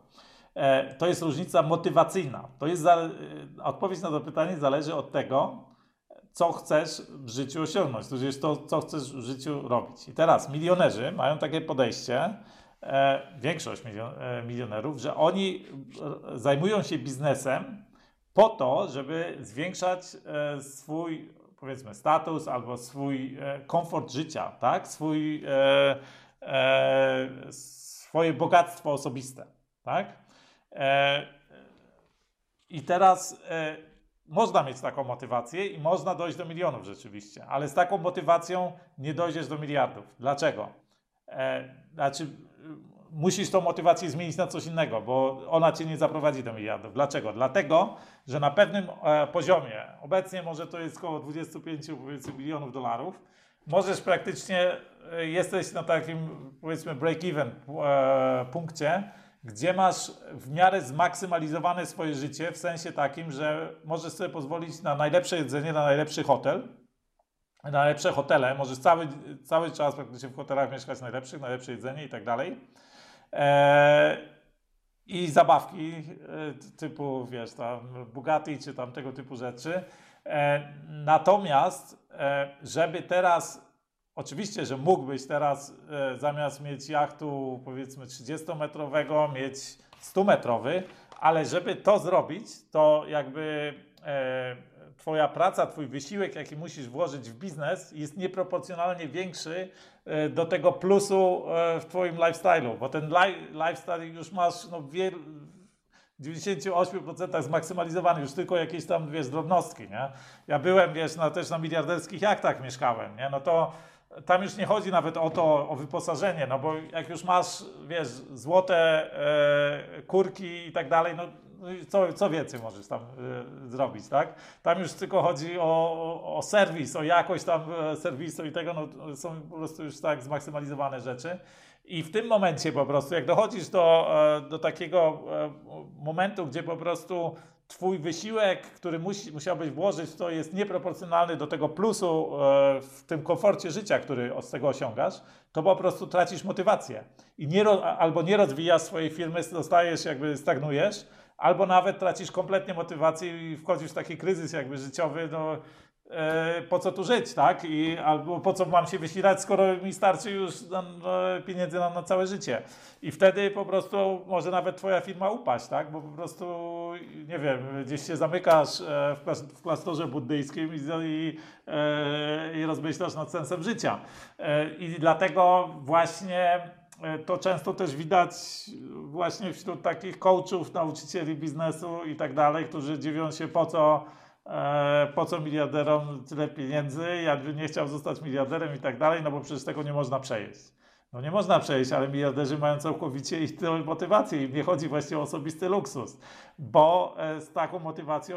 E, to jest różnica motywacyjna. To jest za, e, odpowiedź na to pytanie zależy od tego, co chcesz w życiu osiągnąć, to jest to, co chcesz w życiu robić. I teraz milionerzy mają takie podejście, e, większość milion, e, milionerów, że oni e, zajmują się biznesem po to, żeby zwiększać e, swój, powiedzmy, status albo swój e, komfort życia, tak? Swój, e, e, swoje bogactwo osobiste, tak? E, I teraz e, można mieć taką motywację i można dojść do milionów rzeczywiście, ale z taką motywacją nie dojdziesz do miliardów. Dlaczego? E, znaczy, musisz tą motywację zmienić na coś innego, bo ona cię nie zaprowadzi do miliardów. Dlaczego? Dlatego, że na pewnym e, poziomie, obecnie może to jest około dwadzieścia pięć powiedzmy, milionów dolarów, możesz praktycznie, e, jesteś na takim powiedzmy break-even e, punkcie, gdzie masz w miarę zmaksymalizowane swoje życie w sensie takim, że możesz sobie pozwolić na najlepsze jedzenie, na najlepszy hotel, na najlepsze hotele, możesz cały, cały czas praktycznie w hotelach mieszkać najlepszych, najlepsze jedzenie i tak dalej. Eee, I zabawki e, typu, wiesz, tam Bugatti czy tam tego typu rzeczy. E, natomiast, e, żeby teraz, oczywiście, że mógłbyś teraz e, zamiast mieć jachtu powiedzmy trzydziestometrowego, mieć stumetrowy, ale żeby to zrobić, to jakby e, twoja praca, twój wysiłek, jaki musisz włożyć w biznes, jest nieproporcjonalnie większy e, do tego plusu e, w twoim lifestyle'u, bo ten li- lifestyle już masz no, wiel- w dziewięćdziesięciu ośmiu procentach zmaksymalizowany, już tylko jakieś tam, wiesz, drobnostki, nie? Ja byłem, wiesz, na, też na miliarderskich jachtach mieszkałem, nie? No to tam już nie chodzi nawet o to, o wyposażenie, no bo jak już masz, wiesz, złote e, kurki i tak dalej, no co, co więcej możesz tam e, zrobić, tak? Tam już tylko chodzi o, o, o serwis, o jakość tam e, serwisu i tego, no są po prostu już tak zmaksymalizowane rzeczy. I w tym momencie po prostu, jak dochodzisz do, e, do takiego e, momentu, gdzie po prostu twój wysiłek, który musi, musiałbyś włożyć w to, jest nieproporcjonalny do tego plusu e, w tym komforcie życia, który z tego osiągasz, to po prostu tracisz motywację. I nie, albo nie rozwijasz swojej firmy, zostajesz, jakby stagnujesz, albo nawet tracisz kompletnie motywację i wchodzisz w taki kryzys jakby życiowy, no e, po co tu żyć, tak? I, albo po co mam się wysilać, skoro mi starczy już na, na pieniędzy na, na całe życie. I wtedy po prostu może nawet twoja firma upaść, tak? Bo po prostu, nie wiem, gdzieś się zamykasz e, w, klas- w klasztorze buddyjskim i, i, e, i rozmyślasz nad sensem życia. E, I dlatego właśnie to często też widać właśnie wśród takich coachów, nauczycieli biznesu i tak dalej, którzy dziwią się, po co, e, po co miliarderom tyle pieniędzy, jakby nie chciał zostać miliarderem i tak dalej, no bo przecież tego nie można przejść. No nie można przejść, ale miliarderzy mają całkowicie ich motywację i nie chodzi właśnie o osobisty luksus, bo e, z taką motywacją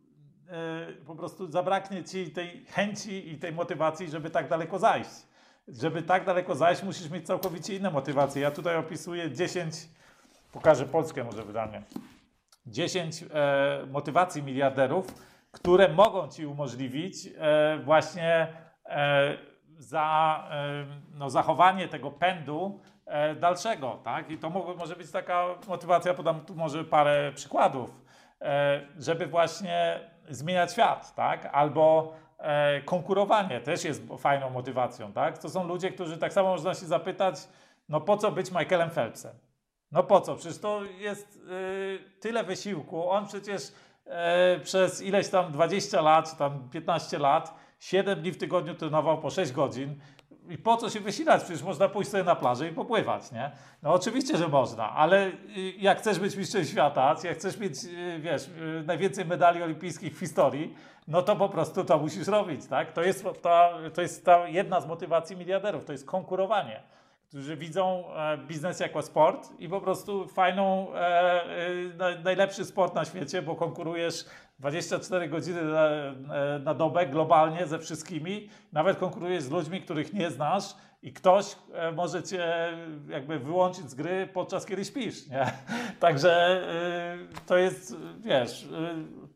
e, po prostu zabraknie ci tej chęci i tej motywacji, żeby tak daleko zajść. Żeby tak daleko zajść, musisz mieć całkowicie inne motywacje. Ja tutaj opisuję dziesięć, pokażę polskie może wydanie, dziesięć e, motywacji miliarderów, które mogą ci umożliwić e, właśnie e, za e, no, zachowanie tego pędu e, dalszego, tak? I to mo- może być taka motywacja, podam tu może parę przykładów, e, żeby właśnie zmieniać świat, tak? Albo E, konkurowanie też jest fajną motywacją, tak? To są ludzie, którzy tak samo można się zapytać, no po co być Michaelem Phelpsem? No po co? Przecież to jest y, tyle wysiłku. On przecież y, przez ileś tam dwadzieścia lat, czy tam piętnaście lat, siedem dni w tygodniu trenował po sześć godzin. I po co się wysilać? Przecież można pójść sobie na plażę i popływać, nie? No oczywiście, że można, ale jak chcesz być mistrzem świata, jak chcesz mieć, wiesz, najwięcej medali olimpijskich w historii, no to po prostu to musisz robić, tak? To jest ta, to jest ta jedna z motywacji miliarderów, to jest konkurowanie, którzy widzą e, biznes jako sport i po prostu fajną, e, e, najlepszy sport na świecie, bo konkurujesz dwadzieścia cztery godziny na, na dobę globalnie ze wszystkimi, nawet konkurujesz z ludźmi, których nie znasz i ktoś e, może cię jakby wyłączyć z gry podczas kiedy śpisz, nie? Także e, to jest, wiesz, e,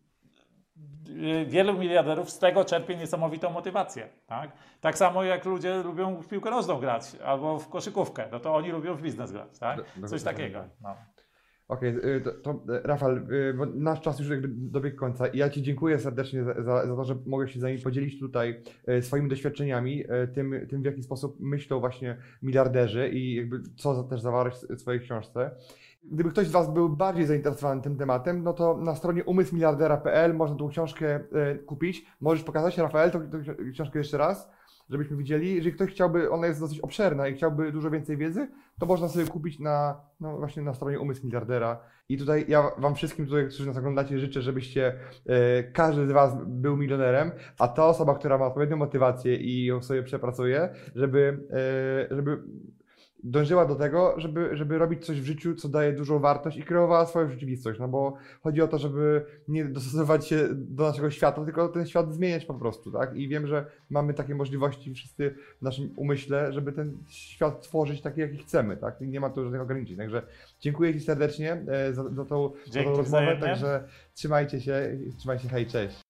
wielu miliarderów z tego czerpie niesamowitą motywację, tak? Tak samo jak ludzie lubią w piłkę nożną grać albo w koszykówkę, no to oni lubią w biznes grać, tak? Coś takiego. No. Okej, okay, to, to Rafał, bo nasz czas już jakby dobiegł końca i ja Ci dziękuję serdecznie za, za, za to, że mogę się z nami podzielić tutaj swoimi doświadczeniami, tym, tym w jaki sposób myślą właśnie miliarderzy i jakby co też zawarłeś w swojej książce. Gdyby ktoś z Was był bardziej zainteresowany tym tematem, no to na stronie umysł miliardera kropka p l można tą książkę kupić. Możesz pokazać, Rafael, tą, tą książkę jeszcze raz, żebyśmy widzieli. Jeżeli ktoś chciałby, ona jest dosyć obszerna i chciałby dużo więcej wiedzy, to można sobie kupić na, no właśnie na stronie Umysł Miliardera. I tutaj ja Wam wszystkim, tutaj, którzy nas oglądacie, życzę, żebyście, e, każdy z Was był milionerem, a ta osoba, która ma odpowiednią motywację i ją sobie przepracuje, żeby, e, żeby dążyła do tego, żeby, żeby robić coś w życiu, co daje dużą wartość i kreowała swoją rzeczywistość, no bo chodzi o to, żeby nie dostosowywać się do naszego świata, tylko ten świat zmieniać po prostu, tak? I wiem, że mamy takie możliwości wszyscy w naszym umyśle, żeby ten świat tworzyć taki, jaki chcemy, tak? I nie ma tu żadnych ograniczeń, także dziękuję Ci serdecznie za, za tą, za tą rozmowę, także trzymajcie się, trzymajcie się, hej, cześć.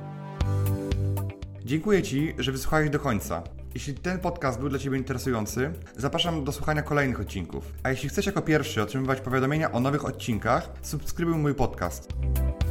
Dziękuję Ci, że wysłuchałeś do końca. Jeśli ten podcast był dla Ciebie interesujący, zapraszam do słuchania kolejnych odcinków. A jeśli chcesz jako pierwszy otrzymywać powiadomienia o nowych odcinkach, subskrybuj mój podcast.